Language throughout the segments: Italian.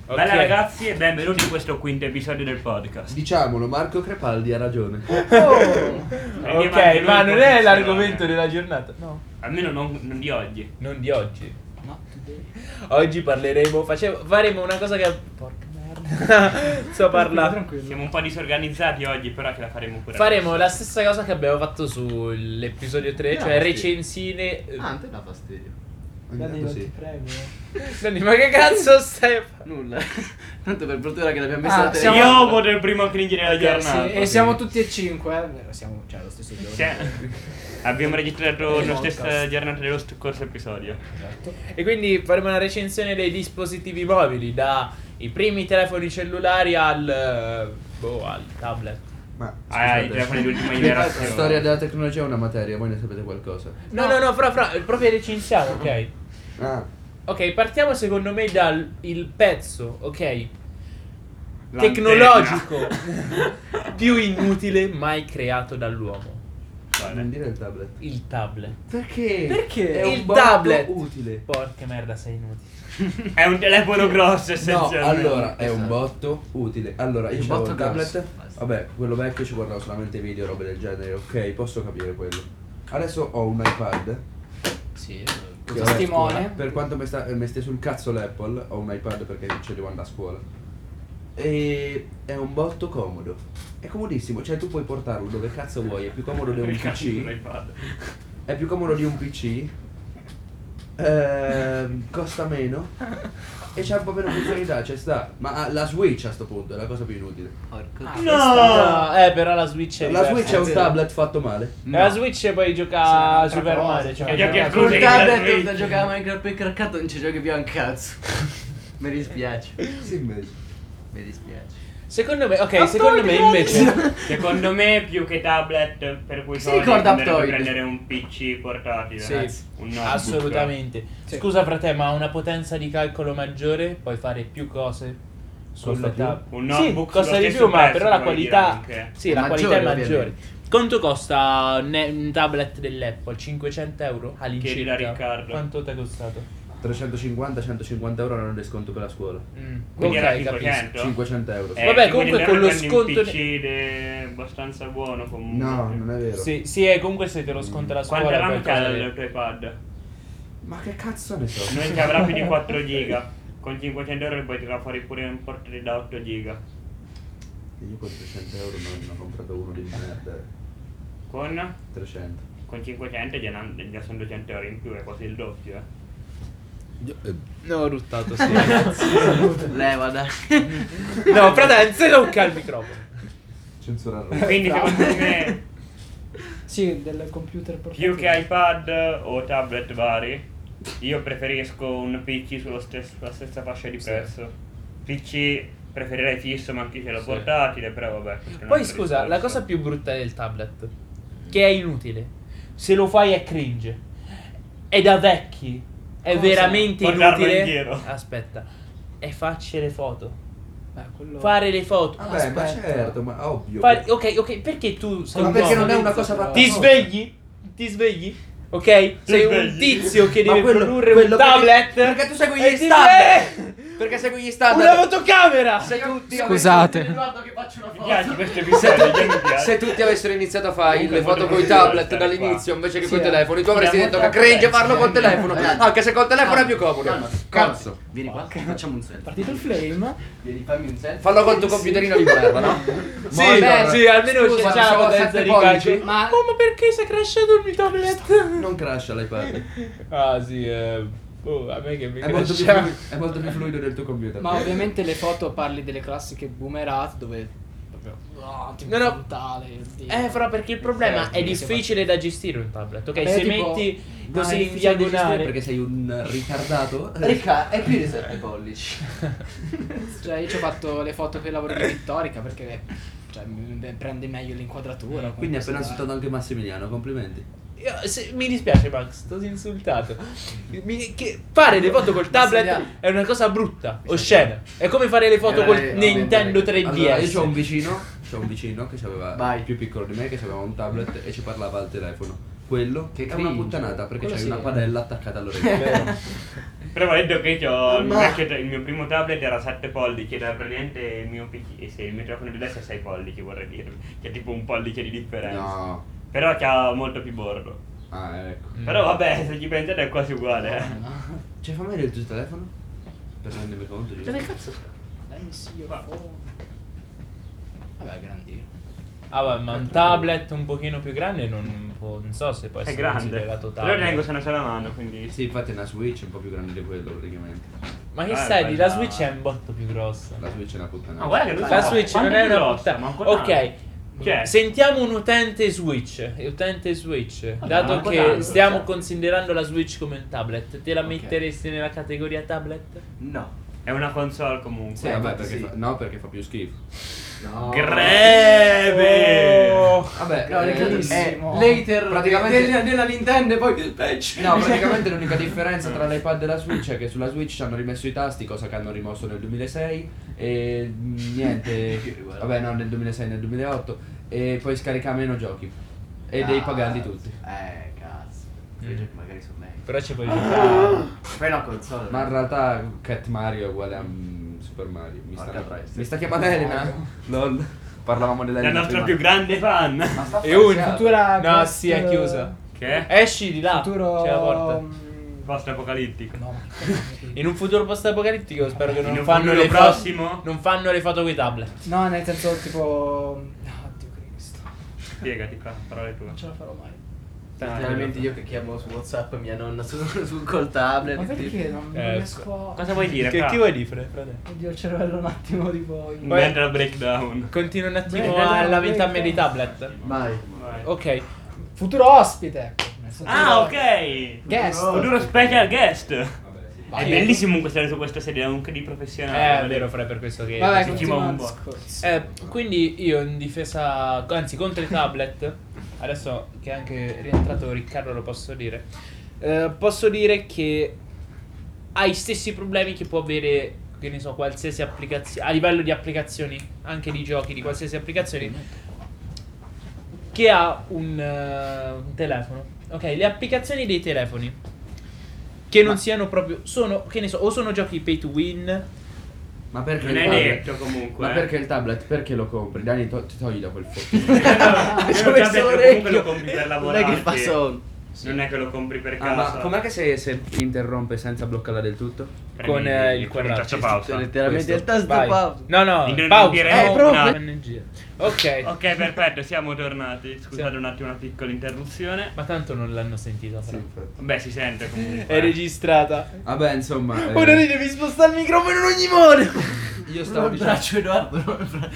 Bella ragazzi e benvenuti in questo quinto episodio del podcast. Diciamolo, Marco Crepaldi ha ragione. Ok, ma non è l'argomento della giornata. No. Almeno non di oggi. Non di oggi. No, oggi parleremo. Faremo una cosa che. Porca merda. So parlare. Siamo un po' disorganizzati oggi, però che la faremo pure. Faremo la stessa cosa che abbiamo fatto sull'episodio 3, cioè recensine. Ah, te dà fastidio. Danny, ti prego. Danny, ma che cazzo stai? Nulla. Tanto per fortuna che l'abbiamo messa la siamo- telecamera. Io voto il primo cringe della giornata. Sì, e siamo tutti e 5, siamo lo stesso giorno. Sì. Abbiamo registrato la Podcast. stessa giornata dello scorso episodio. Esatto. E quindi faremo una recensione dei dispositivi mobili, dai primi telefoni cellulari al tablet. Ma I telefoni di ultima generazione. la storia della tecnologia è una materia, voi ne sapete qualcosa? No, fra, proprio recensiamo, ok? Ah, Ok, partiamo secondo me dal il pezzo, ok? L'antenna. Tecnologico più inutile mai creato dall'uomo. non dire il tablet. Il tablet. Perché? Perché? È un Il botto tablet. utile. Porca merda, sei inutile. È un telefono grosso No, essenzialmente. allora è un Esatto. botto utile. Allora, io Un c'avevo botto il tablet. grosso, basta. Vabbè, quello vecchio ci guardavo solamente video, robe del genere. Ok, posso capire quello. Adesso ho un iPad. Sì. Che vabbè, Testimone. scuola, per quanto mi stia sul cazzo l'Apple, ho un iPad perché ci devo andare a scuola. E è un botto comodo. È comodissimo, cioè tu puoi portarlo dove cazzo vuoi, è più comodo di un PC. È più comodo di un PC. Costa meno. E c'ha un po' meno funzionalità, c'è sta. Ma la Switch a sto punto è la cosa più inutile. Porco. No! Però la Switch è La diversa. Switch è un tablet fatto male. La Switch poi gioca a Sì, Super cosa. Mario. Cioè, È già che gioca- cos'è? Col La tablet Switch. da giocare a Minecraft per craccato non ci giochi più a un cazzo. Mi dispiace. Sì, invece. Mi dispiace. Secondo me, ok, secondo me invece. Secondo me più che tablet per cui Si ricorda Aptoide? prendere un PC portatile. Sì, Un notebook. assolutamente. Sì. Scusa frate, ma una potenza di calcolo maggiore, puoi fare più cose sul Costa più? tab. Un Sì, notebook costa lo di stesso più, ma prezzo, però la puoi dire qualità. anche. Sì, la Maggiore, qualità è maggiore. ovviamente. Quanto costa un tablet dell'Apple? 500 euro all'incirca? Chiedila a Riccardo. Quanto ti è costato? 350-150 euro hanno desconto per la scuola. Quindi era Ok, capisco. 500? 500 euro. Vabbè, comunque con lo sconto un PC abbastanza buono comunque. No, non è vero. Sì, comunque se te lo sconta la scuola. Quanta RAM poi c'ha cosa- il tuo iPad? Ma che cazzo ne so? Non ci avrà più di 4 giga. Con 500 euro puoi tirare fuori pure un portatile da 8 giga. Io con 300 euro non ho comprato uno di merda. Con? 300. Con 500 già sono 200 euro in più, è quasi il doppio, No, ho ruttato, sì. Leva dai. No, fratello, se tocca il microfono. Censurarlo. Quindi secondo me Sì, del computer portatile. più che iPad o tablet vari, io preferisco un PC sulla stessa fascia di prezzo. PC preferirei fisso ma anche se lo Sì. portatile, però vabbè. questo è un Poi altro scusa, la discorso. cosa più brutta del tablet, che è inutile, se lo fai è cringe, è da vecchi, è Cosa? veramente Portarlo inutile. indietro. Aspetta, è farci le foto, Quello... fare le foto. Vabbè, ma Aspetta. certo, ma ovvio. Ok, perché tu sei Ma un perché uomo? non è una cosa fatta Ti apposta. svegli, ok? Sei un svegli. tizio che Ma deve quello- produrre quello un tablet. perché tu segui e gli ti standard. Perché segui gli standard. Una fotocamera. Se tutti Scusate. Guarda che faccio una Mi foto. piace questo episodio, già mi piace. Se tutti avessero iniziato a fare Comunque le foto molto con i bello tablet stare dall'inizio invece che Sì, con i telefoni, tu avresti Abbiamo detto che molta cringe farlo col potenza. telefono. Anche se col telefono è più comodo. Cazzo. Vieni qua, facciamo un selfie. Partito il flame. Vieni, fammi un selfie. Fallo col tuo computerino di merda, no? Sì, Monitor. sì, almeno Scusa, c'è la c'ho potenza 7 di pollici. calcolo. Ma perché si è crashato il mio tablet? Non crasha l'iPad. Ah sì, a me che mi È molto, crasha. è molto più fluido del tuo computer. Ma ovviamente le foto parli delle classiche boomerate dove proprio tipo No. frontale, oddio. Però perché il problema Certo, è che difficile da gestire un tablet, ok? Beh, Se tipo- metti Ma è così in difficile da gestire diagonale. perché sei un ritardato. Ricca, è più di 7 pollici. Cioè io ci ho fatto le foto per lavoro di pittorica perché cioè, prende meglio l'inquadratura. Quindi ha appena insultato insultato anche Massimiliano, complimenti. Mi dispiace Max, sto insultato. Fare le foto col tablet Massimiliano. è una cosa brutta, oscena. È come fare le foto col Nintendo 3DS. Allora, io ho un vicino che aveva Vai. più piccolo di me, che aveva un tablet e ci parlava al telefono. Quello Che è una cringe. puttanata perché Quello c'hai sì. una padella attaccata all'orecchio. Però volendo che c'ho Ma- il mio primo tablet era 7 pollici, era praticamente il mio PC, e se il mio telefono di adesso è 6 pollici, vorrei dirvi. C'è tipo un pollice di differenza. No. Però c'ha molto più bordo. Ah, ecco. Però vabbè, se ci pensate è quasi uguale, eh. Cioè, fammi vedere il tuo telefono? Per rendermi conto di... Dove cazzo sta? Dai, sì, io phone. Vabbè, grandino. Ah, vabbè, ma un tablet un pochino più grande non so se può È essere grande. considerato Però tengo tablet. se ne la mano, quindi... Sì, infatti una Switch è un po' più grande di quello praticamente. Ma che Ah, sai, fai la già- Switch è un botto più grossa. La Switch è una puttana. Ma guarda che lui La sa- Switch quanto non è più una grossa, puttana. ma ancora Ok, tanto. Cioè, sentiamo un utente Switch. Utente Switch. Dato ancora che tanto, stiamo cioè. considerando la Switch come un tablet, te la Ok. metteresti nella categoria tablet? No. è una console comunque. Sì, vabbè, perché sì. no, perché fa più schifo. No. Greve! Vabbè, No, Bellissimo. later Praticamente- nella Nintendo e poi patch. no, praticamente l'unica differenza tra l'iPad e la Switch è che sulla Switch ci hanno rimesso i tasti, cosa che hanno rimosso nel 2006 e niente, vabbè no, nel 2006, nel 2008 e poi scarica meno giochi e devi pagarli tutti. Cazzo. Quei giochi magari sono meglio. Però ci puoi giocare. Poi una console. Ma in realtà Cat Mario è uguale a Super Mario. Porca troia. Mi sta chiamando Elena? Lol. Parlavamo La dell'Elena nostra prima. più grande fan. E un Futura No, quest- sì, è chiusa. Che? Esci di là. Futuro... C'è la porta. Post apocalittico. No, ma che cazzo. In un futuro post-apocalittico spero che In non un fanno futuro le prossimo? non fanno le foto con i tablet. No, nel senso tipo... Oddio Cristo. Spiegati qua, parole tue. Non ce la farò mai. Letteralmente io che chiamo su WhatsApp mia nonna col tablet. Ma perché non riesco a... Cosa vuoi dire? Che Fra? chi vuoi dire, frate? Oddio, il cervello un attimo tipo... Un mental breakdown. Continua un attimo Beh, a beh, lamentarmi beh, dei tablet. Vai. Vai. Ok. Futuro ospite, ecco. Nel senso- Ah, ok. Guest. Futuro special guest. Vai. È bellissimo comunque stare su questa sedia, anche di professionale. È vero, Fra, per questo che Vabbè, si continua un il po'. discorso. quindi io in difesa, anzi contro i tablet, adesso che è anche rientrato Riccardo lo posso dire, posso dire che ha i stessi problemi che può avere, che ne so, qualsiasi applicazione, a livello di applicazioni, anche di giochi, di qualsiasi applicazione, che ha un telefono. Ok, le applicazioni dei telefoni che non siano proprio, sono, che ne so, o sono giochi pay to win. Ma perché Non il è tablet? detto comunque. Ma perché il tablet? Perché lo compri? Dani, ti togli da quel fotto. Io il tablet comunque lo compri per Non è lavorare. che fa son. Non è che lo compri per Ah, ma casa. com'è che se interrompe senza bloccarla del tutto? Premi con il quadrato. tasto pausa. Letteralmente il Questo. tasto Vai. pausa. No, no, Quindi non pausa. diremo Proprio. una- PNG. Ok. Ok, perfetto, siamo tornati. Scusate Sì. un attimo, una piccola interruzione. Ma tanto non l'hanno sentita, Sì, Fra. infatti. Beh, si sente comunque. È registrata. Vabbè, insomma, Ora lì devi spostare il microfono in ogni modo. io stavo Il dicendo, braccio Edoardo. non il braccio.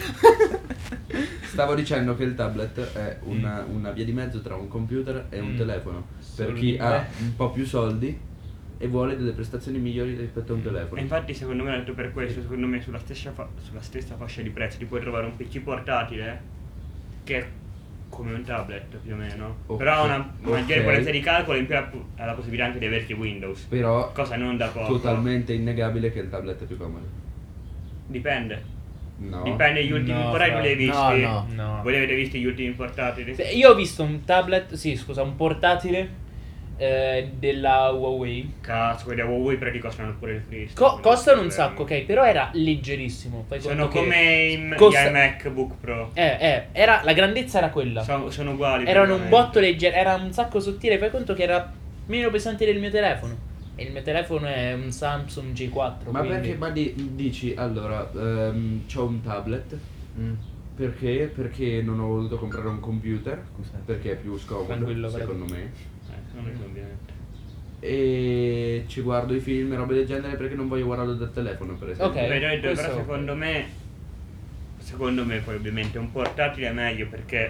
stavo dicendo che il tablet è una via di mezzo tra un computer e un telefono. Per chi ha un po' più soldi e vuole delle prestazioni migliori rispetto a un E telefono. infatti secondo me ho detto per questo, secondo me sulla stessa fascia di prezzo ti puoi trovare un PC portatile che è come un tablet più o meno. Ok, Però ha una maggiore ok. potenza di calcolo e in più ha la possibilità anche di averti Windows. Però Cosa non da poco. totalmente innegabile che il tablet è più comodo. Dipende. No. Dipende gli ultimi No, portatili fra- li hai visti. no, no. Voi li avete visti gli ultimi portatili? Io ho visto un tablet, sì, scusa, un portatile della Huawei. Cazzo, quelli a Huawei però ti costano pure il Cristo. Costano un sacco, ok, però era leggerissimo. Fai Sono conto che come costa- gli MacBook Pro. era, la grandezza era quella. Sono uguali. Erano un praticamente. botto leggero, era un sacco sottile, fai conto che era meno pesante del mio telefono. E il mio telefono è un Samsung G4. Ma quindi- perché dici allora c'ho un tablet perché? Perché non ho voluto comprare un computer perché è più scomodo Tranquillo, secondo me Sono i ovviamente. e ci guardo i film e robe del genere perché non voglio guardarlo dal telefono per esempio. Ok. Però questo- secondo me poi ovviamente un portatile è meglio perché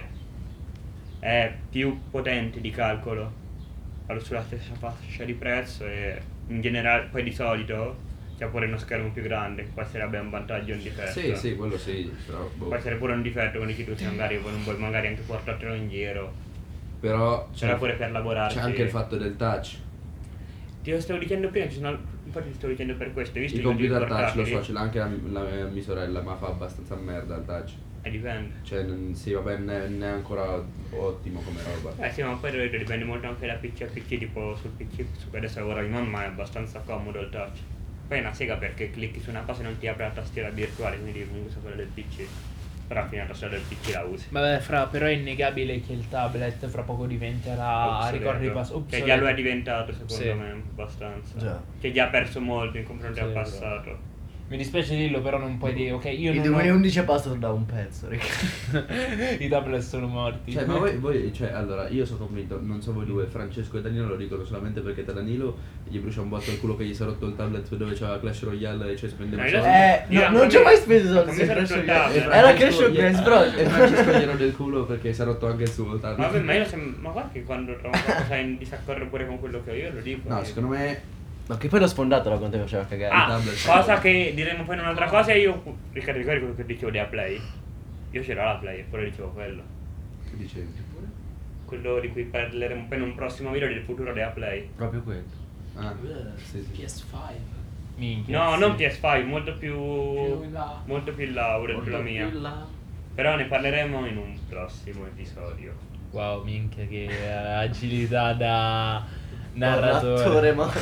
è più potente di calcolo sulla stessa fascia di prezzo e in generale poi di solito c'è pure uno schermo più grande, può essere un vantaggio o un difetto. Sì, sì, quello sì, però, boh. Può essere pure un difetto come dici tu, se magari non vuoi magari anche portartelo in giro. Però C'era pure per lavorare. c'è anche il fatto del touch. Ti lo stavo dicendo prima, ci sono infatti sto dicendo per questo, hai visto Il i controlli computer touch, lo portatili? so, ce l'ha anche la mia sorella, ma fa abbastanza merda il touch. Dipende. Cioè, sì, vabbè, non è ancora ottimo come roba. Sì, ma poi dipende molto anche da PC a PC, tipo sul PC su cui adesso lavora mia mamma è abbastanza comodo il touch. Poi è una sega perché clicchi su una cosa e non ti apre la tastiera virtuale, quindi comunque usa quella del PC. Però alla fine la tastiera del PC la usi. Vabbè, però è innegabile che il tablet fra poco diventerà Obsoleto. Che già lo è diventato secondo Sì. me abbastanza. Già. Che già ha perso molto in confronto Sì, al però. passato. Mi dispiace dirlo, però non puoi dire, ok, io Il non 2011 è passato da un pezzo, raga. I tablet sono morti. Cioè, ma voi, cioè, allora, io sono convinto, non so voi due, Francesco e Danilo lo dicono solamente perché da Danilo gli brucia un botto il culo che gli si è rotto il tablet dove c'era Clash Royale e ci spendeva Ma soldi. io- No, non ci ho mai speso soldi. Come sarà su il Clash tablet? Royale. Era Clash of Clans, però. E Francesco gli del culo perché si è rotto anche il suo tablet. Ma vabbè, ma io ma guarda che quando trovo qualcosa in disaccordo pure con quello che ho io lo dico. No, secondo me Ma che poi l'ho sfondato la quando faceva cagare. Ah, tablet. cosa che diremo poi in un'altra cosa, io Riccardo, ricordi quello che dicevo della Play? Io c'era la Play, eppure dicevo quello. che dicevi? Quello di cui parleremo poi in un prossimo video del futuro della Play. Proprio quello. Ah, sì, sì. PS5. Minchia. No, sì. non PS5, molto più in là. molto più in là, ora più la mia. Però ne parleremo in un prossimo episodio. Wow, minchia, che agilità da narratore. Narratore, ma.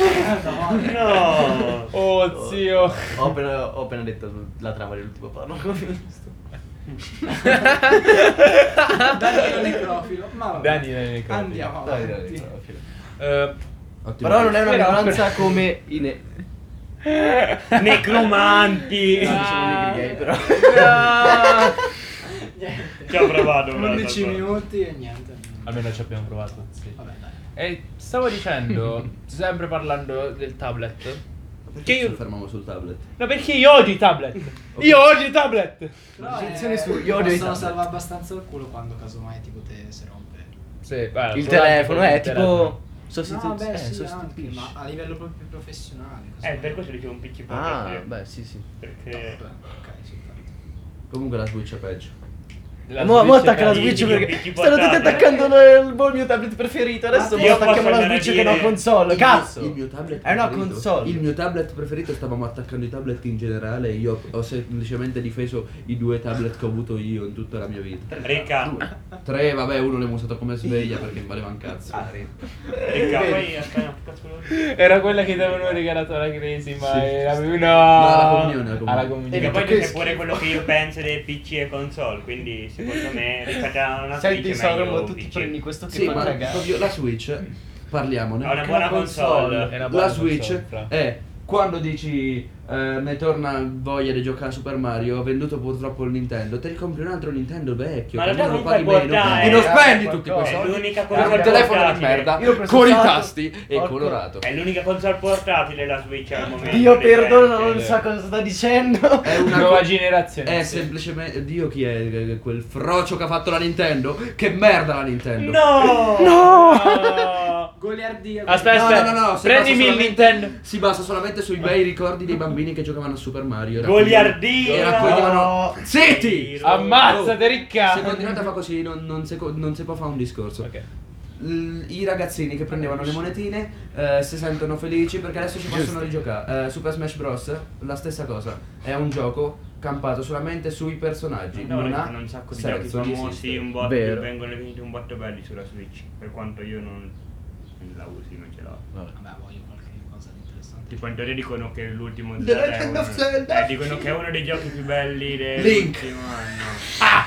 No! Oh, zio. Ho appena detto la trama dell'ultimo porno che ho visto. Danilo necrofilo. Ma vabbè. Danilo necrofilo. Andiamo Dai, avanti. dai, fine. Ottimo. Però non è una Però- minoranza come i Necromanti! Non sono negri gay, però. Niente. Ci ho provato, 11 guarda. minuti e niente. Almeno ci abbiamo provato, sì. Vabbè, dai. E stavo dicendo, sempre parlando del tablet. Perché Che io- ci fermiamo sul tablet? No, perché io odio i tablet. Io odio i tablet. Però Recensioni su io odio i possono tablet. salvare abbastanza il culo quando casomai tipo te si rompe. Sì, guarda, Il guarda, telefono è il telefono. tipo. No, beh, sì, anche, sostituisci. ma a livello proprio professionale. Per questo dicevo un PC Ah, portatile. beh, sì, sì. Perché Ok, soltanto. Comunque la Switch è peggio. La Mo Switch attacca la è Switch io perché PC stanno tutti portatile. attaccando il mio tablet preferito. Adesso Io attacchiamo posso la andare a Switch che è una dire- console. Cazzo! Il mio tablet È una preferito- console. Il mio tablet preferito, stavamo attaccando i tablet in generale. Io ho semplicemente difeso i 2 tablet che ho avuto io in tutta la mia vita. Ricca, 3, vabbè, uno l'ho usato come sveglia perché mi valeva un cazzo. Ricca, poi aspetta, cazzo lo dico? Era quella che ti avevano regalato alla Crisi, ma Sì. era no. alla comunione, alla Alla E comunione. poi che tu sai pure quello che io penso dei PC e console, quindi secondo me ricacciare una Senti, Switch è meglio Sogro, un tu ti PC. prendi questo che Sì, fa ma cagare. proprio la Switch, parliamone. Ha una buona console. È una buona La Switch console, fra. è quando dici ne torna voglia di giocare a Super Mario, ho venduto purtroppo il Nintendo, te li compri un altro Nintendo vecchio, Ma che in realtà almeno lo paghi comunque meno portare, e non spendi è tutti quei qualcosa. soldi. È l'unica Hai cosa un telefono di portatile. merda Io l'ho preso con i usato. tasti e Porco. colorato. È l'unica console portatile la Switch al momento. Dio perdono, decente. non sa cosa sta dicendo. È una Nuova co- generazione. È sì. semplicemente Dio chi è quel frocio che ha fatto la Nintendo? Che merda la Nintendo. No! No! Goliardia. Aspetta, No, aspetta. no, no, no, si Prendimi basa il solamente- Nintendo. Si basa solamente sui bei ricordi dei bambini che giocavano a Super Mario. e Goliardia! E raccoglievano. Zitti! Ammazzate, ricca. Se continuate a fare così non si può fare un discorso. Ok. I ragazzini che prendevano le monetine si sentono felici perché adesso ci possono rigiocare. Super Smash Bros. La stessa cosa. È un gioco campato solamente sui personaggi. No, non ha un sacco di senso giochi di famosi, esistere. un botto, Vero. vengono definiti un botto belli sulla Switch, per quanto io non la usi, non ce l'ho. Vabbè, voglio qualche cosa di interessante. Tipo in teoria dicono che l'ultimo The Zelda è Legend uno, of Zelda. dicono che è uno dei giochi più belli Link. dell'ultimo anno.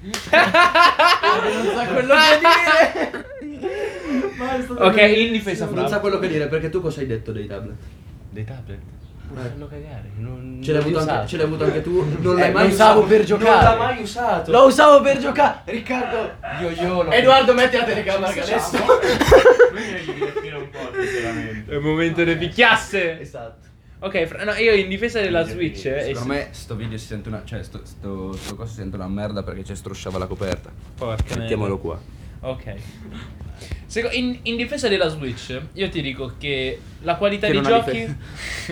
Non sa quello che dire. Ok, in difesa Non sa fra. quello che dire perché tu cosa hai detto dei tablet? Dei tablet? Fanno cagare. Non Ce l'hai avuto anche tu? Non l'hai lo mai usavo usato? per giocare. Non l'hai mai usato. Lo usavo per giocare. Riccardo. Io. Edoardo, metti la telecamera che adesso. Quindi mi respiro un po', sinceramente. È il momento delle picchiasse. Esatto. Ok, no, io in difesa della Switch. Secondo me sto video si sente una. Cioè sto coso si sente una merda perché ci strusciava la coperta. Porca Mettiamolo qua. Ok. In difesa della Switch, io ti dico che la qualità Che dei non ha giochi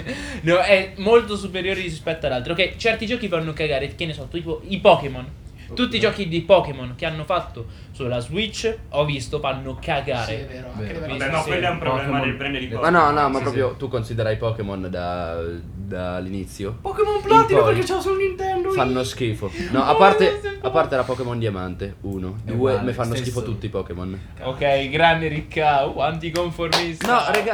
no, è molto superiore rispetto ad altri. Ok, certi giochi fanno cagare, che ne so, tipo i Pokémon. Tutti i giochi di Pokémon che hanno fatto sulla Switch, ho visto, fanno Sì, cagare. è vero. Anche Vero. livello Vabbè, ma Sì, quello è un problema Pokémon. del brand di Ma Pokémon. no, ma Sì, proprio sì. tu considerai Pokémon dall'inizio? Pokémon Platino In poi perché c'ho sul Nintendo. Fanno schifo. No, a parte la Pokémon Diamante, 1. 2, uguale, mi fanno stesso. schifo tutti i Pokémon. Ok, grande Riccao, anticonformista. No, raga.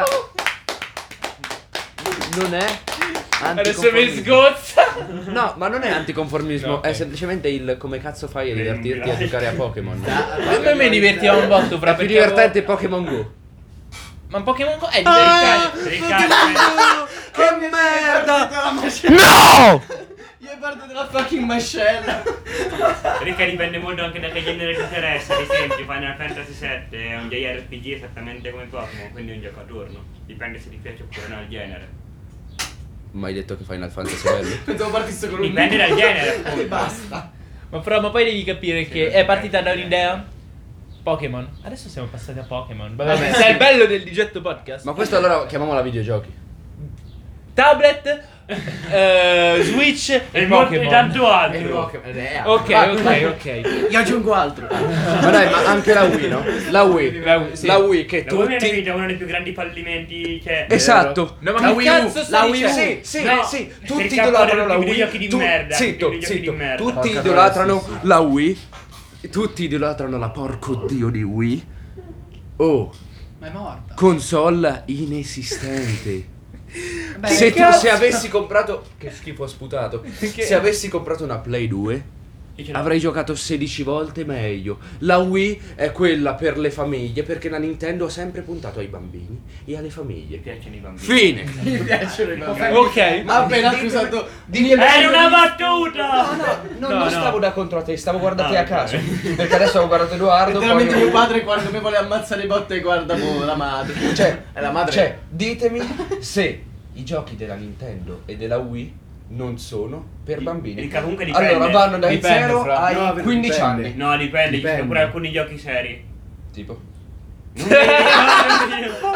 Non è Adesso mi anticonformismo. sgozza. No, ma non è anticonformismo, No, ok. è semplicemente il come cazzo fai a divertirti a giocare a Pokémon. A me divertiva un botto, fra È più perché divertente Pokémon Go. Ma Pokémon Go è divertente. Riccardo, Che merda! No! Io parto della fucking mascella. Ricca dipende molto anche da che genere ti interessa. Ad esempio, Final Fantasy VII è un JRPG esattamente come Pokémon, quindi è un gioco a turno. Dipende se ti piace oppure no il genere. Ma hai detto che Final Fantasy è bello? Pensavo partisse con un Dipende dal genere, E appunto. basta. Ma poi devi capire che è partita da un'idea. Pokémon. Adesso siamo passati a Pokémon. Vabbè, se è il bello del Digetto Podcast. Ma questo allora chiamiamola videogiochi. Tablet, Switch e E molto Pokémon. tanto E altro. Pokémon. Ok. Io aggiungo altro. Ma dai, ma anche la Wii, no? La Wii. Sì. La Wii che La Wii è tutti... uno dei più grandi fallimenti che Esatto. No, ma La che Wii cazzo U, stai la Wii U. dicendo? Sì, No, sì, per tutti il capo idolatrano dei la Wii. videogiochi di merda, Zitto, i videogiochi zitto. di merda. Tutti Porca idolatrano troia, la Wii. Tutti idolatrano la porco dio di Wii. Oh, Ma è morta. console inesistente. Beh, Se avessi comprato... Che schifo ho sputato. Se avessi comprato una Play 2... avrei giocato 16 volte meglio. La Wii è quella per le famiglie, perché la Nintendo ha sempre puntato ai bambini e alle famiglie. Mi piacciono i bambini. Fine. Mi piacciono i bambini. Ok. Ha appena accusato di Era una battuta! Non stavo da contro a te, stavo guardando te Ah, a caso. ok. Perché adesso ho guardato Edoardo. Letteralmente poi- mio padre quando mi vuole ammazzare botte guarda la madre. Cioè, È la madre. Cioè, ditemi se i giochi della Nintendo e della Wii non sono per bambini. Ricca, comunque dipende. Allora vanno dai Dipende, 0 fra. ai No, 15 dipende. anni. No, dipende, ci Dipende. sono pure alcuni giochi seri. Tipo? Non mi ricordo.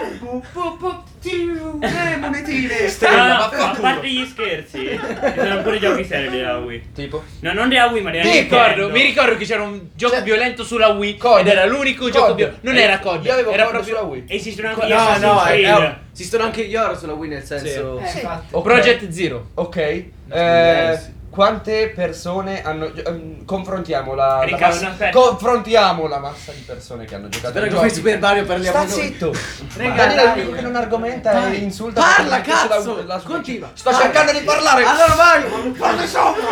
monetine, No, a parte gli scherzi, ci sono alcuni giochi seri della Wii. Tipo? No, non della Wii, ma della Mi ricordo che c'era un gioco Cioè, violento sulla Wii COD. ed era l'unico gioco COD. violento. Non era COD, Io avevo era COD proprio sulla Wii. Esistono anche gli No, Assassin's Creed. esistono anche gli oro sulla Wii nel senso. Sì. Infatti. Ok. Project Zero. Ok. diversi. Quante persone hanno confrontiamo la Riccardo, massa, aspetta. confrontiamo la massa di persone che hanno giocato Spero ai che poi giochi. Super Mario parliamo Sta noi. zitto. Raga, Daniele è dai. l'unico che non argomenta Dai. e insulta. Parla, perché non piace cazzo! la Switch. Continua. Sto Vai. cercando di parlare. Allora vai! Parla sopra!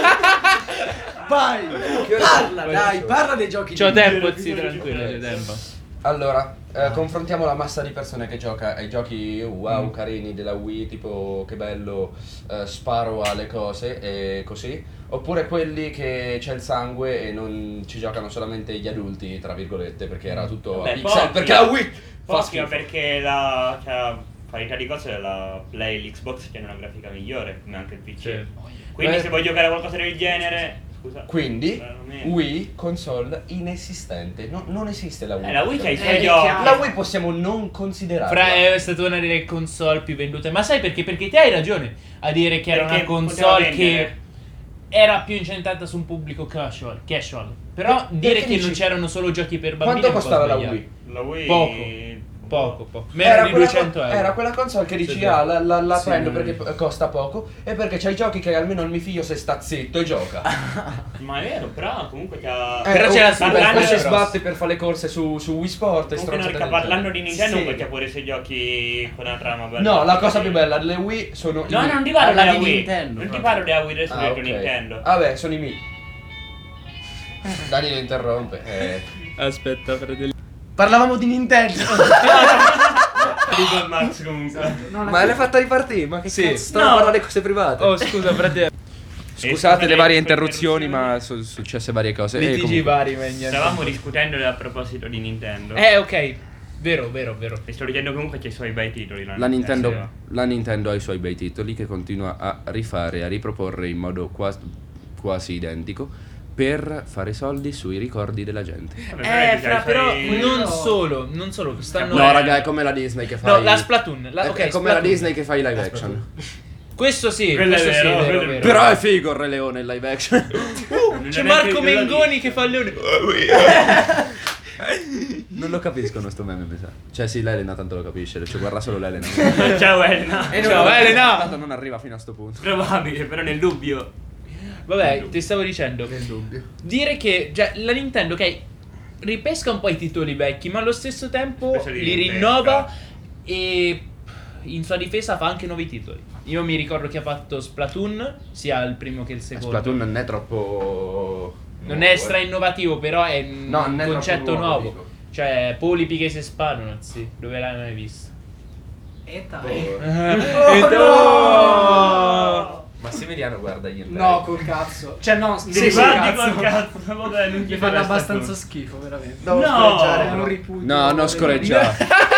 Vai! Che ore Parla, sono? dai, parla dei giochi C'ho di- tempo, zii, tranquillo, c'ho tempo. Allora, confrontiamo la massa di persone che gioca ai giochi wow carini della Wii, tipo che bello, sparo alle cose e così, oppure quelli che c'è il sangue e non ci giocano solamente gli adulti, tra virgolette, perché era tutto Vabbè, pixel, pochi. perché la Wii fa Pochi, schifo. perché la parità di cose la Play, l'Xbox c'è una grafica migliore, come anche il PC. Sì. Quindi Beh. se vuoi giocare a qualcosa del genere, scusa. Quindi veramente. Wii console inesistente, non esiste la Wii. La Wii c'ha i che suoi giochi. chiaro. La Wii possiamo non considerarla. Fra è stata una delle console più vendute. Ma sai perché? Perché te hai ragione a dire che era Perché una console poteva che vendere. era più incentrata su un pubblico casual. Però dire perché che dici- non c'erano solo giochi per bambini Quanto è un po' costava la sbagliato. Wii? La Wii Poco. Meno di 200 euro. Era quella console che dici Sì, la sì. prendo perché costa poco e perché c'hai giochi che almeno mi figlio se sta zitto e gioca. Ma è vero, però comunque c'ha. Però c'è la Super Super poi si Cross. sbatte per fare le corse su Wii Sport e Comunque stronzate del parlando genere. di Nintendo, Sì. poi c'ha pure i suoi giochi con una trama bella. No, la cosa più bella delle Wii sono i No, Mii. non ti parlo Parla della di Wii. Nintendo, Non ti proprio. parlo della Wii, adesso Ah, detto ok. Nintendo. Vabbè, sono i Mii. Dani lo interrompe. Aspetta, fratello. Parlavamo di Nintendo. Dico Max comunque. Ma l'hai fatta ripartire? Ma che Sì. cazzo? Stavo a No. parlare di cose private. Oh, scusa, fratello. Scusate le varie interruzioni, interruzioni. ma sono successe varie cose. E Litigi comunque- vari, ma niente. Stavamo discutendo a proposito di Nintendo. Ok. Vero. E sto dicendo comunque c'è i suoi bei titoli. La Nintendo ha i suoi bei titoli che continua a rifare, a riproporre in modo quasi identico per fare soldi sui ricordi della gente. Però non solo, stanno... No, raga, è come la Disney che fa No, la Splatoon. è Ok, come la Splatoon. Disney che fa i live action. Questo sì, Quello è questo sì, vero, è quello vero, è vero. Però è figo il Re Leone in live action. Non C'è è Marco neanche Mengoni che fa il leone. Non lo capiscono sto meme, mi sa. Cioè sì, l'Elena tanto lo capisce, cioè guarda solo l'Elena. Ciao Elena. Ciao Elena. Tanto non arriva fino a sto punto. Probabile, però nel dubbio. Vabbè, ti stavo dicendo. Nel dubbio. Dire che la Nintendo, ok, ripesca un po' i titoli vecchi, ma allo stesso tempo Spesso li li ripesca. rinnova e in sua difesa fa anche nuovi titoli. Io mi ricordo che ha fatto Splatoon, sia il primo che il secondo. Splatoon non è troppo... Non è stra innovativo, però è un No, non è concetto troppo nuovo. dico. Cioè, polipi che si sparano, sì. Dove l'hai mai visto? E dai. Massimiliano guarda gli No, col cazzo. Cioè, no, Ti sì, guardi col col cazzo. cazzo. Vabbè, non Mi ti fanno fa abbastanza schifo, veramente. Devo No! scorreggiare, È un però. ripudio. No, non scorreggiare.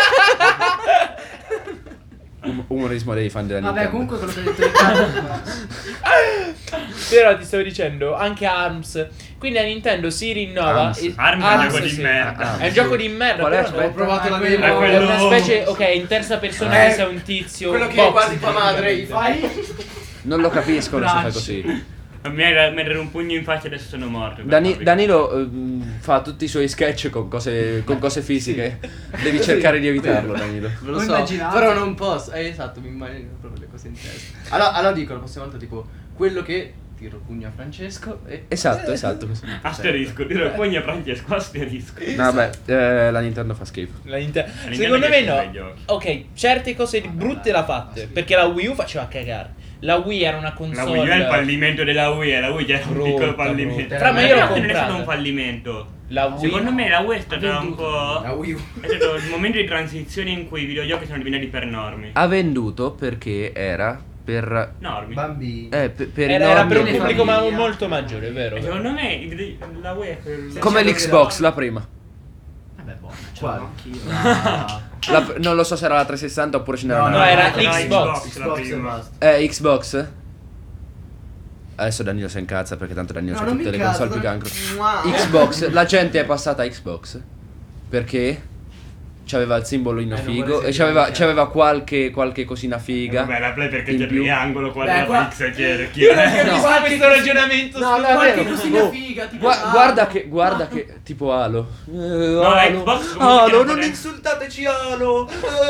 Umorismo dei fan della Vabbè, Nintendo. comunque quello che ha detto Riccardo. Però ti stavo dicendo, anche ARMS. Quindi la Nintendo si rinnova. ARMS. Arms è un gioco di sì. merda. È un gioco di merda. Qual è? però Aspetta. Ho provato la È demo. quello- è una specie, ok, in terza persona che sei un tizio. Quello che boxing, guardi tua madre, gli praticamente. fai? Non lo capiscono se fai Bracci. così. Mi hai messo un pugno in faccia e adesso sono morto. Danilo fa tutti i suoi sketch con cose fisiche. Devi cercare di evitarlo, Danilo. Ve lo Ho so, immaginato. però non posso. Esatto, mi immagino proprio le cose in testa. Allora dico la prossima volta tipo quello che tiro il pugno a Francesco e Esatto, esatto. Asterisco, tiro il pugno a Francesco, asterisco. No, vabbè, la Nintendo fa schifo. Nintendo Nintendo Secondo me piace no. bei giochi. Ok, certe cose brutte l'ha fatte. Perché la Wii U faceva cagare. La Wii era una La console. Wii U è il fallimento della Wii, la Wii era un Brutta, piccolo fallimento. brutta. Fra, ma io l'ho Non è stato comprata. un fallimento. La Wii. Secondo me la Wii è stata un la po'. Wii U. È stato il momento di transizione in cui i videogiochi sono diventati per normi. Ha venduto perché era per... Normi. Bambini. per i Era per un normi- pubblico famiglia. molto maggiore, vero? E secondo me la Wii è per. Come l'Xbox, la prima. Vabbè, buona. Quale? Non lo so se era la 360 oppure ce n'era No, una. era no, Xbox. la Xbox e prima. basta. Xbox? Adesso Danilo si incazza perché tanto Danilo No, c'ha non tutte mi le incazzo, console più non- cancro. Mua. Xbox, la gente è passata a Xbox perché c'aveva il simbolino non figo vuole e sentire c'aveva qualche cosina figa. Vabbè, la Play perché in c'è il più. triangolo, Beh, quadrato, qua- X e cerchio. Capisco Qualche questo ragionamento. No, stupido. qualche cosina figa, tipo Guarda che tipo Halo. la Xbox comunque Halo, tiene non potente. insultateci Halo.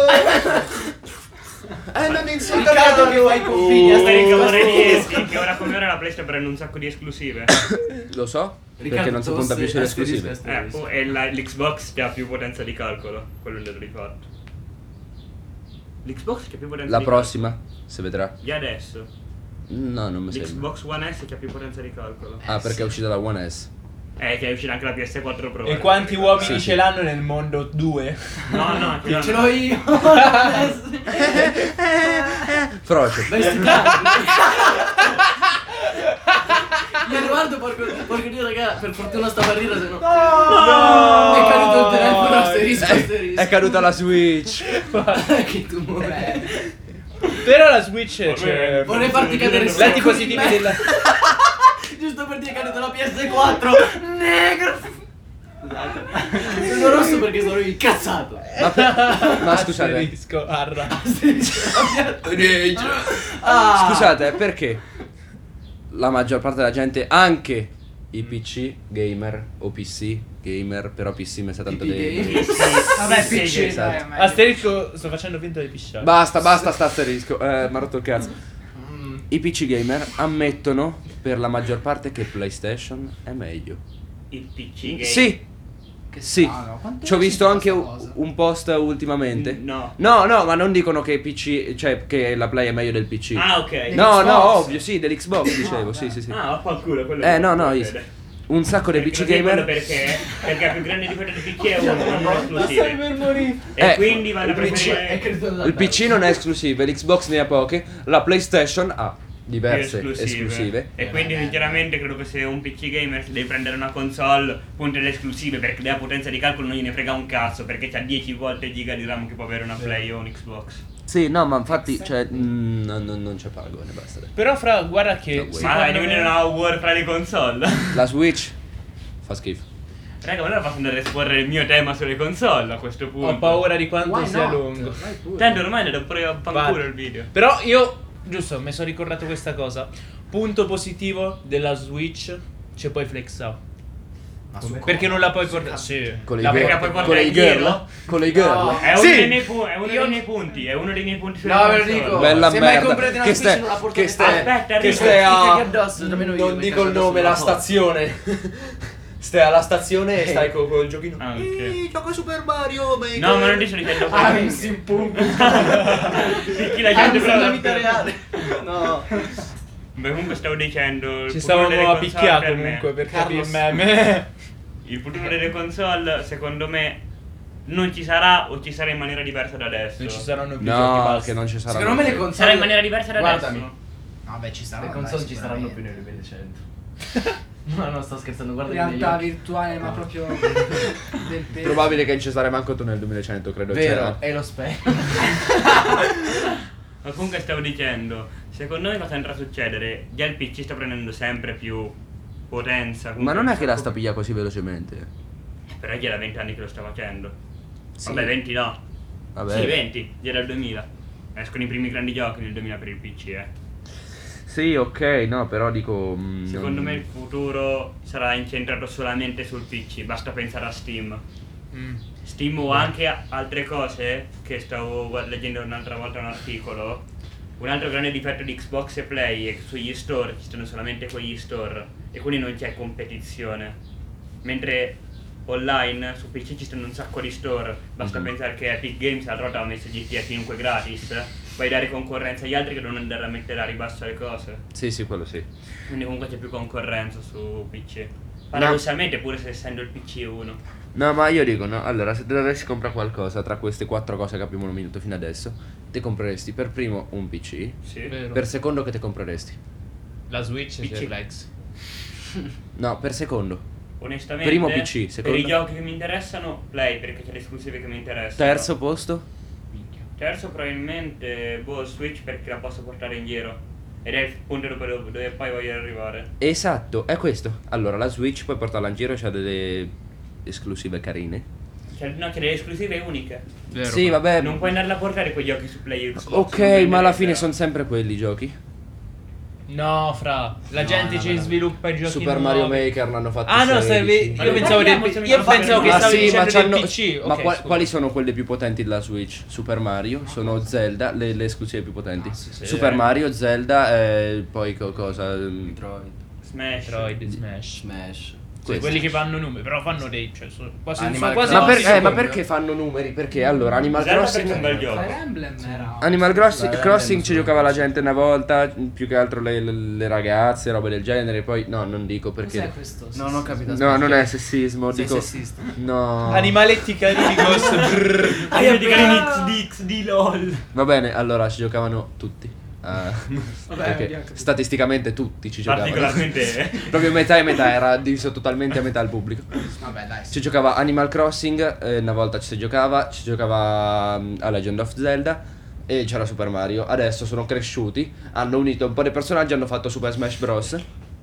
Non Riccardo che fai i confini Questa è il cavolo Oh. rieschi che ora come ora la PlayStation prende un sacco di esclusive. Lo so, perché Riccardo non si punta più sulle asterisco, esclusive. asterisco. E l'Xbox ha più potenza di calcolo. Quello l'ho rifatto. L'Xbox c'ha più potenza La di prossima, si vedrà. calcolo. Di adesso. No, non mi sembra. L'Xbox One S c'ha più potenza di calcolo. Ah, perché è uscita la One S. Che è uscita anche la PS4 Pro. E quanti uomini Sì, ce sì. l'hanno nel mondo? 2. No, Ce l'ho io. Frocio. Mi guardo porco Dio raga, per fortuna stava a ridere se no. No! È caduto il telefono, asterisco, È asterisco. caduta la Switch. Che tumore. Però la Switch c'è. Vorrei farti cadere Lati secco positivi di me. della. Giusto per dire che è caduta la PS4. Negro. Scusate. Sono rosso perché sono incazzato. Ma scusate, Asterisco, arra. scusate, perché la maggior parte della gente, anche i PC gamer o PC gamer, però PC mi sa tanto PC dei... gamer. Vabbè, Sì, PC. esatto. dai, meglio. Asterisco, sto facendo finta di pisciare. Basta sta asterisco, mi ha rotto il cazzo. I PC gamer ammettono per la maggior parte che PlayStation è meglio. Il PC game. Sì, sì. No, quanto Ci ho visto sento anche questa cosa? un post ultimamente. No. No, ma non dicono che PC, cioè che la Play è meglio del PC. Ah, ok. No, Xbox. ovvio, sì, dell'Xbox dicevo, sì. Ah, fa il culo quello. No, Vede. un sacco dei PC Perché gamer. perché è più grande di quello del PC è uno, non esclusive. per morire. E quindi vanno a È preferire caduto dal Il PC non è esclusivo, l'Xbox ne ha poche, la PlayStation ha diverse più esclusive. E quindi sinceramente credo che se un PC gamer si deve prendere una console punta alle esclusive perché della potenza di calcolo non gliene frega un cazzo perché c'ha 10 volte giga di RAM che può avere una Play o un Xbox. Sì, no, ma infatti, cioè, non c'è paragone, basta. Però fra, guarda che No, Ma secondo dai, diventa me- una war fra le console. La Switch fa schifo. Raga, ma allora posso andare a esporre il mio tema sulle console a questo punto. ho paura di quanto Why sia not? lungo. Vai pure. Tanto ormai ne do pure a fanculo Vale. il video. Però io, giusto, mi sono ricordato questa cosa. Punto positivo della Switch C'è poi Flex. Ma su Perché non la puoi portare? Sì. Con le La perché girl. poi porta Con le il girl. giro. Con le girl. No. È uno, Sì. dei miei punti, è uno dei miei punti sulla No, ve lo console. dico. Bella Se mai merda. comprate una Che Switch stai- non la portate. che stai- Aspetta, che arrivo. stai a... Ticchetti addosso, nemmeno io Non mi dico il cazzo nome, addosso la sulla stazione. Stai alla stazione e stai col giochino. Ah, ok. Gioco Super Mario, Maker. No, ma non ti sto dicendo Ah, quello. mi si impugna. Picchi la gente Anzi, nella però. vita reale. No. Beh, comunque stavo dicendo. Ci il futuro delle stavamo a console picchiare per me. comunque per Carlos. capire il meme. Il futuro delle console, secondo me, non ci sarà o ci sarà in maniera diversa da adesso. Non ci saranno più giochi No, basta. che non ci sarà. Secondo me le console Sarà in maniera diversa da Guardami. adesso. No, beh, ci saranno. Le console dai, ci saranno più sicuramente. nel 2100. No, no, sto scherzando, guarda Realtà virtuale, ma proprio del peso. Probabile che non ci sarai manco tu nel 2100, credo. Vero, e lo specchio. Ma comunque stavo dicendo, secondo me cosa andrà a succedere? Già il PC sta prendendo sempre più potenza. Ma comunque non è un che la sacco- sta piglia così velocemente. Però è già da 20 anni che lo sta facendo. Sì. Vabbè, 20 no. Vabbè. Sì, 20, già dal 2000. Escono i primi grandi giochi nel 2000 per il PC, Sì, ok, no, però dico. Secondo me il futuro sarà incentrato solamente sul PC, basta pensare a Steam. Steam o anche altre cose che stavo leggendo un'altra volta un articolo. Un altro grande difetto di Xbox e Play è che sugli store ci stanno solamente quegli store e quindi non c'è competizione. Mentre online su PC ci stanno un sacco di store, basta pensare che Epic Games a rota ha messo GTA 5 gratis, vai a dare concorrenza agli altri che devono andare a mettere a ribasso le cose. Sì, sì, quello sì. Quindi comunque c'è più concorrenza su PC. Paradossalmente pure se essendo il PC 1. No, ma io dico, no, allora, se dovessi comprare qualcosa tra queste 4 cose che abbiamo nominato fino adesso, te compreresti per primo un PC, Sì. Vero. per secondo che te compreresti? La Switch PC. c'è Flex. No, per secondo. Onestamente, Primo PC, per secondo? i giochi che mi interessano, Play, perché c'è le esclusive che mi interessano. Terzo posto? Terzo probabilmente Switch perché la posso portare in giro. Ed è il punto dove poi voglio arrivare. Esatto, è questo. Allora, la Switch puoi portarla in giro, c'ha delle esclusive carine. No, c'è delle esclusive uniche. Vero, Sì, vabbè. Non puoi andarla a portare quei giochi su Play Xbox. Ok, non ma alla venderebbe. fine sono sempre quelli i giochi. No, fra. La gente ci sviluppa i giochi Super nuovi. Mario Maker l'hanno fatto. Ah no, 16. Ma io non pensavo, parliamo, io pensavo che Ma stavi sì, ma dicendo del c'hanno. PC. Ma Ok, scusa. quali sono quelle più potenti della Switch? Super Mario, sono Zelda, le esclusive più potenti. sì, Super sì. Mario, Zelda e poi cosa? Metroid, Smash. Metroid, Smash. Smash. Sì, Questo. quelli che fanno numeri, però fanno dei. Cioè, sono quasi. Animal Sono quasi Ma, Crossing. tutti ma secondi. perché fanno numeri? Perché allora Animal Zelda perché è un Crossing. bel gioco. Fire Emblem era. Animal Crossing, Fire Crossing Emblem ci giocava la gente una volta, più che altro le ragazze, robe del genere, poi no, non dico Cos'è perché. questo? Non ho capito. No, non è sessismo, Sei dico. sessista. No. Animaletti carini Ghost. brrr. Ah, io dico XD, LOL. Va bene, allora ci giocavano tutti. Perché vediamo. statisticamente tutti ci giocavano. Particolarmente. Proprio metà e metà, era diviso totalmente a metà il pubblico. Vabbè, dai. Si giocava Animal Crossing, una volta ci giocava a Legend of Zelda e c'era Super Mario. Adesso sono cresciuti, hanno unito un po' di personaggi, hanno fatto Super Smash Bros.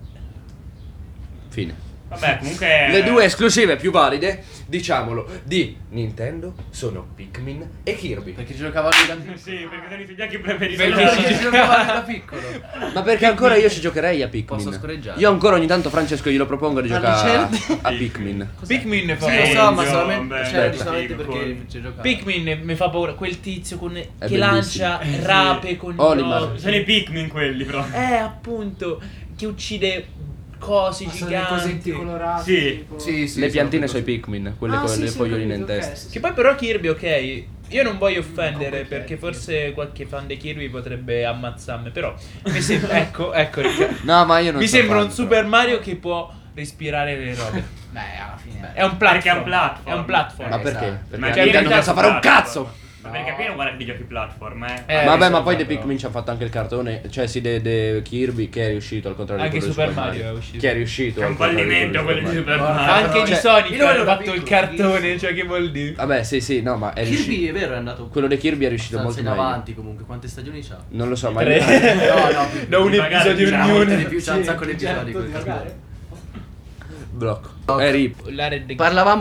Fine. Vabbè, comunque. Le due esclusive più valide, diciamolo, di Nintendo sono Pikmin e Kirby. Perché ci giocava lui da piccolo. Sì, perché sono i tuoi giochi preferiti. Perché ci giocava lui da piccolo. Ma perché ancora io ci giocherei a Pikmin. Posso scorreggiare? Io ancora ogni tanto Francesco glielo propongo di giocare a Sì. Pikmin. Pikmin fa Sì, lo paura. so, ma Io, solamente, beh, cioè, aspetta. solamente perché Cool. ci giocava. Pikmin mi fa paura. Quel tizio con che bellissimo. lancia rape con Olimar. gli occhi. Sono i Pikmin quelli, però. Appunto, che uccide cose Ma sono dei cosetti giganti. colorati. Sì. tipo- Sì, sì. Le piantine sono sui Pikmin, quelle Ah, con sì, le sì, foglioline ho in capito, testa. ok, sì. Che poi però Kirby, ok, io non voglio offendere Ok, perché ok. forse qualche fan di Kirby potrebbe ammazzarmi, però mi sembra, ecco Riccardo. No, ma io non Mi so sembra farlo, un Super Mario che può respirare le robe. Beh, alla fine. È un platform. Perché è un platform. È un platform. Ma perché? Esatto. Perché Ma la che in Nintendo realtà non sa fare un platform. cazzo! Ma perché pieno guarda di giochi platform, Vabbè, ma poi sì, The però. Pikmin ci ha fatto anche il cartone. Cioè, sì, The Kirby che è riuscito al contrario Anche di quello Super di Mario è uscito. Che è riuscito. È un al contrario di fallimento quello di Super Mario. Mario. Anche di Cioè, Sonic io lo hanno vedo fatto il piccolo, cartone, cioè che vuol dire? Vabbè, sì, no, ma è Kirby riuscito. è vero, è andato. Quello di Kirby è riuscito Sta molto in meglio. avanti comunque. Quante stagioni c'ha? Non lo so, ma Tre. No, più. Da un Magari episodio c'era ognuno. molte di più, c'ha un sacco di Certo, episodi quel di cartone. giocare. blocco. È rip. La Red Parlavamo di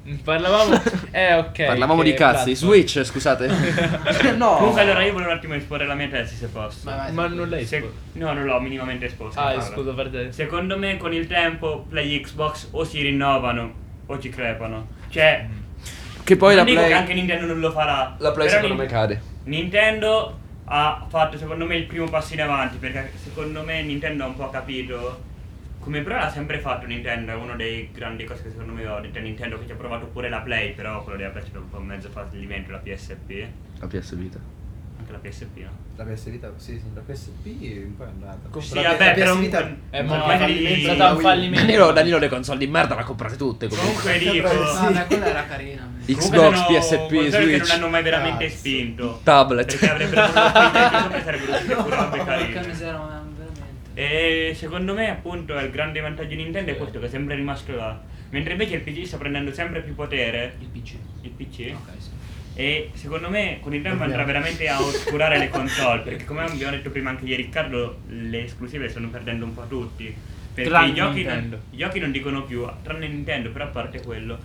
Parlavamo ok. Parlavamo che di cazzi. platform. Switch, scusate. No. Comunque allora io volevo un attimo esporre la mia tesi se posso. Ma non l'hai No, non l'ho minimamente esposta. Ah, parla. scusa, per te. Secondo me con il tempo Play e Xbox o si rinnovano o ci crepano. Cioè, Che poi non la dico che Play. anche Nintendo non lo farà. La Play però secondo me cade. Nintendo ha fatto secondo me il primo passo in avanti, perché secondo me Nintendo ha un po' capito. Come però l'ha sempre fatto Nintendo, è uno dei grandi cose che secondo me ho detto Nintendo, che ci ha provato pure la Play, però quello della Play è un po' mezzo fallimento, la PSP. La PS Vita. Anche la PSP, no? La PS Vita, sì, la PSP un po' è andata. Sì, vabbè, però PS Vita È magari- un fallimento. Danilo le console di merda l'ha comprate tutte. Comunque dico, Vabbè, quella era carina. Xbox, comunque PSP, console che non Switch, hanno mai veramente spinto. tablet. Perché avrebbero potuto spingere più sopra, sarebbero uscite pure robe Porca carine. miseria, ma veramente. E secondo me appunto il grande vantaggio di Nintendo è questo, che è sempre rimasto là. Mentre invece il PC sta prendendo sempre più potere. Il PC. Il PC? Ok, sì. E secondo me con il tempo andrà veramente a oscurare le console, perché come abbiamo detto prima anche ieri Riccardo, le esclusive stanno perdendo un po' tutti. Perché Tranne i giochi, Nintendo. i giochi non dicono più, tranne Nintendo, però a parte quello,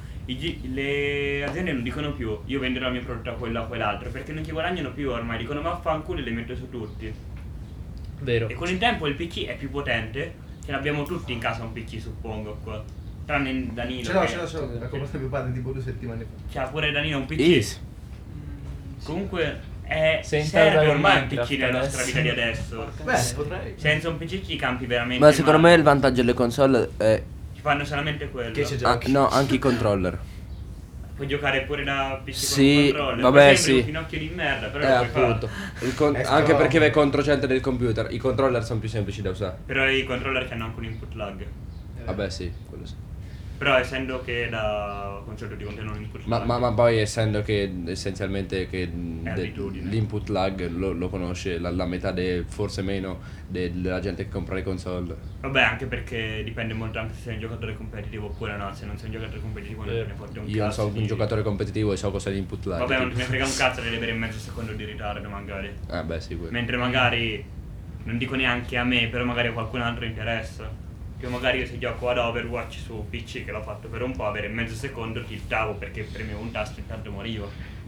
le aziende non dicono più io venderò il mio prodotto a quello o a quell'altro, perché non ci guadagnano più ormai, dicono ma fanculo e le metto su tutti. Vero. E con il tempo il PC è più potente, ce l'abbiamo tutti in casa un PC suppongo qua. Tranne Danilo. Ce l'ho, che- ce l'ho, ce l'ho. L'ha comprato mio padre tipo 2 settimane fa. C'ha pure Danilo un PC. Easy. Comunque Sei in serve tarda con ormai un Minecraft PC nella adesso. nostra vita di adesso. Beh, potrei. Senza un PC ci campi veramente. Ma secondo me male. il vantaggio delle console è. Ci fanno solamente quello. Che c'è già. No, anche i controller. Puoi giocare pure da PC Sì, con controller. vabbè, Poi sembri sì. un finocchio di merda, però lo puoi Appunto. fare. Anche perché vai controcente del computer. I controller sono più semplici da usare. Però i controller hanno anche un input lag. Vabbè, sì, quello sì. Però essendo che da console ti contengono un input lag. Ma poi essendo che essenzialmente che abitudine. l'input lag lo conosce la metà, forse meno, della gente che compra le console. Vabbè, anche perché dipende molto anche se sei un giocatore competitivo oppure no. Se non sei un giocatore competitivo non te ne fotte un Io non cazzo sono un di- giocatore competitivo e so cos'è l'input lag. Vabbè, non tipo. te ne frega un cazzo delle avere in mezzo secondo di ritardo magari. Beh, sì, quello. Mentre magari, non dico neanche a me, però magari a qualcun altro interessa. Che magari io se gioco ad Overwatch su PC, che l'ho fatto per un po', avere mezzo secondo tiltavo perché premevo un tasto e intanto morivo.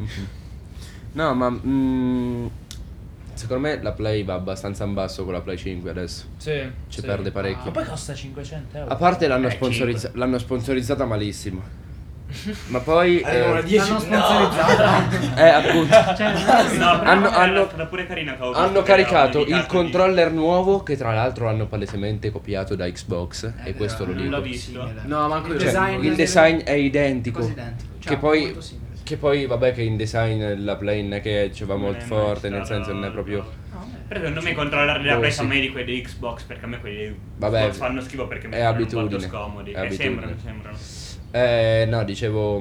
No, ma secondo me la Play va abbastanza in basso con la Play 5 adesso. Sì. Ci sì. perde parecchio. Ma poi costa 500 euro. A parte l'hanno, Cinque. l'hanno sponsorizzata malissimo. Ma poi Allora, 10 L'hanno sponsorizzata. appunto No, però Hanno- era stata pure carina che ho visto hanno che era caricato il dedicato controller nuovo, che tra l'altro hanno palesemente copiato da Xbox, e questo lo Non l'ho dico. visto. No, manco io. Cioè, il design è identico. Quasi identico. Cioè, Che poi, molto simile. che poi vabbè, che in design la Play non è che ci va Non molto è mai forte, nel stata- senso non è proprio. No, Però secondo me controllare della Play sì. sono meglio di quelli di Xbox, perché a me quelli di Vabbè, Xbox fanno schifo perché mi è sembrano molto abitudine. scomodi. È abitudine. Sembrano. No, dicevo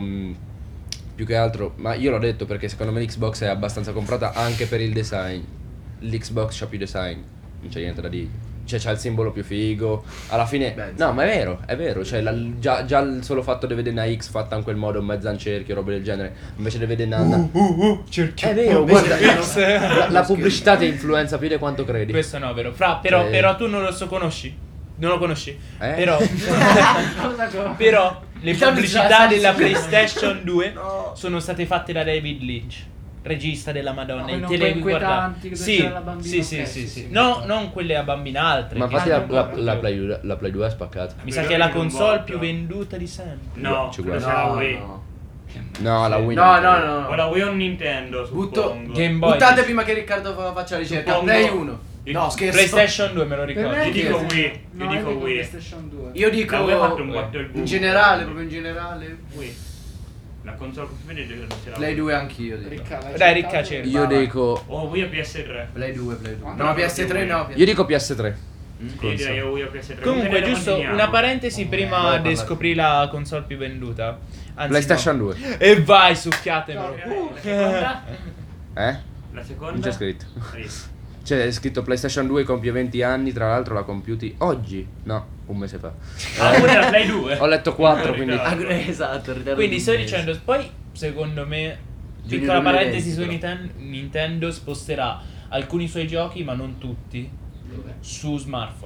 più che altro, ma io l'ho detto perché secondo me l'Xbox è abbastanza comprata anche per il design. L'Xbox c'ha più design, non c'è niente da dire. Cioè c'ha il simbolo più figo. Alla fine. Beh, No, ma è vero. Cioè già il solo fatto di vedere una X fatta in quel modo, mezza in cerchio, robe del genere. Invece di vedere una. cerchio. È vero, guarda. La pubblicità ti influenza più di quanto credi. Questo no, vero. Però, Sì. però tu non lo conosci. Non lo conosci. Però Cosa co- Però le Diciamo pubblicità già, della sì. PlayStation 2 sono state fatte da David Lynch, regista della Madonna. No, e quelle te un po' le guarda- inquietanti, che Sì, c'era la bambina, sì, ok, sì, sì, sì, sì. No, non quelle a bambine altre. Ma che infatti sono la proprio- Play 2 è spaccata. Mi sa che è la console più venduta di sempre. No, Ci quella guarda. sarà No, Wii. no. No, la Wii. No, non no, credo. no. O la Wii o Nintendo, Butto- suppongo. Game Boy. Buttate prima che Riccardo faccia la ricerca. Suppongo- Play 1. No, scherzo. PlayStation 2 me lo Per ricordo. me Io dico che- Wii, No, io dico Wii. PlayStation 2. Io dico La Wii ha fatto un botto il boom. in generale, proprio in generale. Wii. La console più vendita non c'era. Play 2 anch'io dico. Ricca, l'hai Dai, cercato? Ricca, cerca. Io dico. O Wii o PS3. Play 2, Play 2. Ah, No, no, PS3 no. Io dico PS3. Io direi o Wii o PS3. Comunque, Lo giusto continuiamo. una parentesi prima Vai, di parla. scoprire la console più venduta. Anzi, PlayStation no. 2. E vai, succhiatemelo. La seconda? Eh? La seconda? Non c'è scritto. Sì. C'è scritto PlayStation 2 compie 20 anni, tra l'altro l'ha compiuti oggi. No, un mese fa. Ah, pure la Play 2? Ho letto 4, quindi. Esatto, ritardo Quindi di sto un mese. dicendo, poi secondo me, Giugno piccola 2020, parentesi su però. Nintendo sposterà alcuni suoi giochi, ma non tutti, Dove? su smartphone.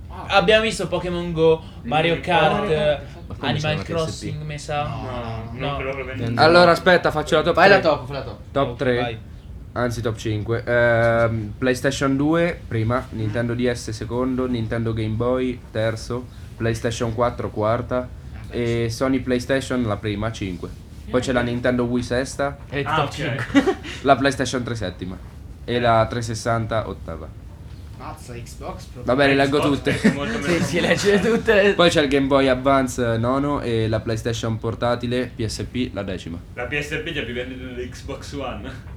Abbiamo visto Pokémon Go, Mario Kart, Ma come c'è Animal una PSP? Crossing, mi sa. No, No. non quello che vende. Allora aspetta, faccio la top Fai 3. la top, fai la top. Top 3. Vai. Anzi top 5. PlayStation 2 prima, Nintendo DS secondo, Nintendo Game Boy terzo, PlayStation 4 quarta e Sony PlayStation la prima 5. Poi c'è la Nintendo Wii sesta, E Ah, top ok. 5. la PlayStation 3 settima e la 360 ottava. Mazza, Xbox proprio. Vabbè, le leggo Xbox tutte. è molto Sì, meno- si legge tutte le... Poi c'è il Game Boy Advance nono e la PlayStation portatile PSP la decima. La PSP già più grande dell'Xbox One.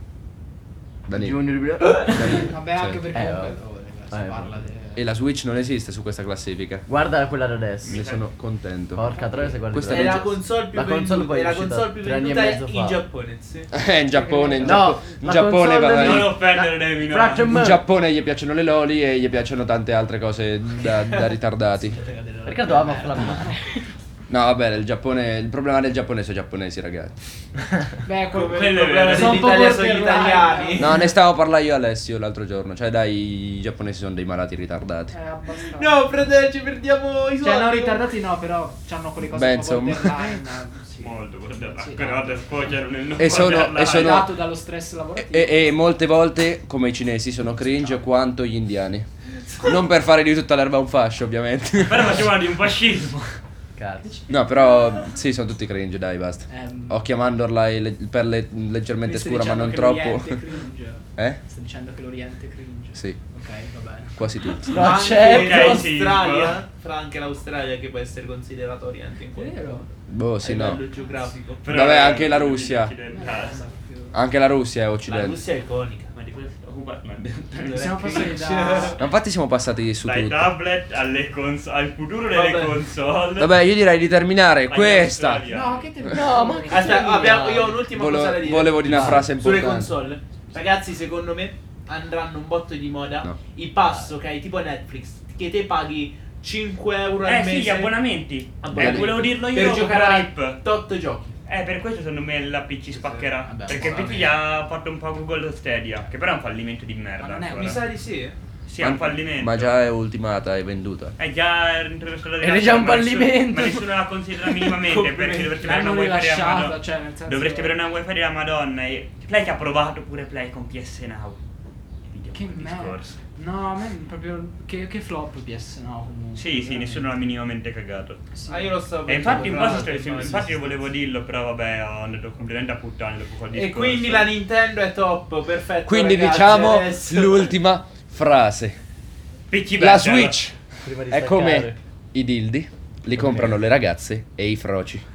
Danilo. Junior. Vabbè, anche Sì. perché comunque vabbè. si Vai, parla vai. di... E la Switch non esiste su questa classifica. Guarda quella da adesso. Ne sono contento. Porca troia se guardi Questa È quella. la console più La console venduta, poi è è la uscita console più 3 anni e venduta mezzo in fa. Giappone, sì. In Giappone, in, No, Giappo- in la Giappone console va- Non di- offendere dei Fraction in Man. Giappone gli piacciono le loli e gli piacciono tante altre cose da ritardati. Riccardo ama flammare. No, vabbè, il Giappone, il problema del Giappone sono i giapponesi, ragazzi. Beh, Come quello il problema sono un po' dell'Italia sono gli borderline. italiani. No, ne stavo a parlare io Alessio l'altro giorno. Cioè, dai, i giapponesi sono dei malati ritardati. abbastanza. No, fratello, ci perdiamo i soldi. Cioè, no, ritardati no, però c'hanno quelle cose Beh, un po' insomma. borderline. Sì. Molto, guarda, Sì, però adesso sfoggiano nel non E sono- guardarla. e sono- Dato dallo stress lavorativo. E molte volte, come i cinesi, sono cringe quanto gli indiani. Non per fare di tutta l'erba un fascio, ovviamente. Però facevano di un fascismo. Cazzo. No, però sì, sono tutti cringe, dai, basta. Ehm, Occhia mandorla e pelle leggermente mi stai scura, ma dicendo non che troppo. l'Oriente è cringe? Eh? Stai dicendo che l'Oriente è cringe? Sì, Ok, va bene. quasi tutti. No, Anche certo. l'Australia, fra anche l'Australia che può essere considerata Oriente in È qualche vero? modo. Boh, sì, A no. livello geografico. Però Vabbè, è anche la un Russia. occidentale. Anche la Russia è La occidente. Russia è iconica. Ma di questo occupa- ma- Siamo passati Ma da... infatti siamo passati su Dai tutto. tablet al futuro delle Vabbè. console. Vabbè, io direi di terminare agli questa. australiani. No, che te... No, ma che Aspetta, io ho un'ultima cosa da dire. Volevo dire una frase Sulle importante. console. Ragazzi, secondo me andranno un botto di moda. No. Il passo, ok? Tipo Netflix, che te paghi 5 euro al mese. Sì, gli abbonamenti. Abbonamenti. Volevo dirlo io. per dopo giocare la a RIP. 8 giochi. Per questo secondo me la PC spaccherà. Vabbè, perché il PC gli ha fatto un po' Google Stadia. Che però è un fallimento di merda. Ma non è- ancora. Mi sa di sì. Sì, è un fallimento. Ma già è ultimata, è venduta. È già interessato Ed è già un fallimento. Ma nessuno la considera minimamente perché dovresti avere L'hanno una wifi della rilasciata, Madonna. cioè nel senso... Dovresti avere una wifi della Madonna. E Play che ha provato pure Play con PS Now. Vediamo Che il merda. discorso. No, a me proprio... Che flop PS no comunque. Sì, sì, nessuno l'ha minimamente cagato. Sì. Ah, io lo stavo E infatti un po' pensando, però, infatti io volevo dirlo, però vabbè, ho andato completamente a puttane dopo quel discorso. E quindi la Nintendo è top, perfetto. Quindi ragazzi, diciamo adesso- l'ultima frase. PC La Better. Switch Prima di è staccare. come i dildi, li comprano le ragazze e i froci.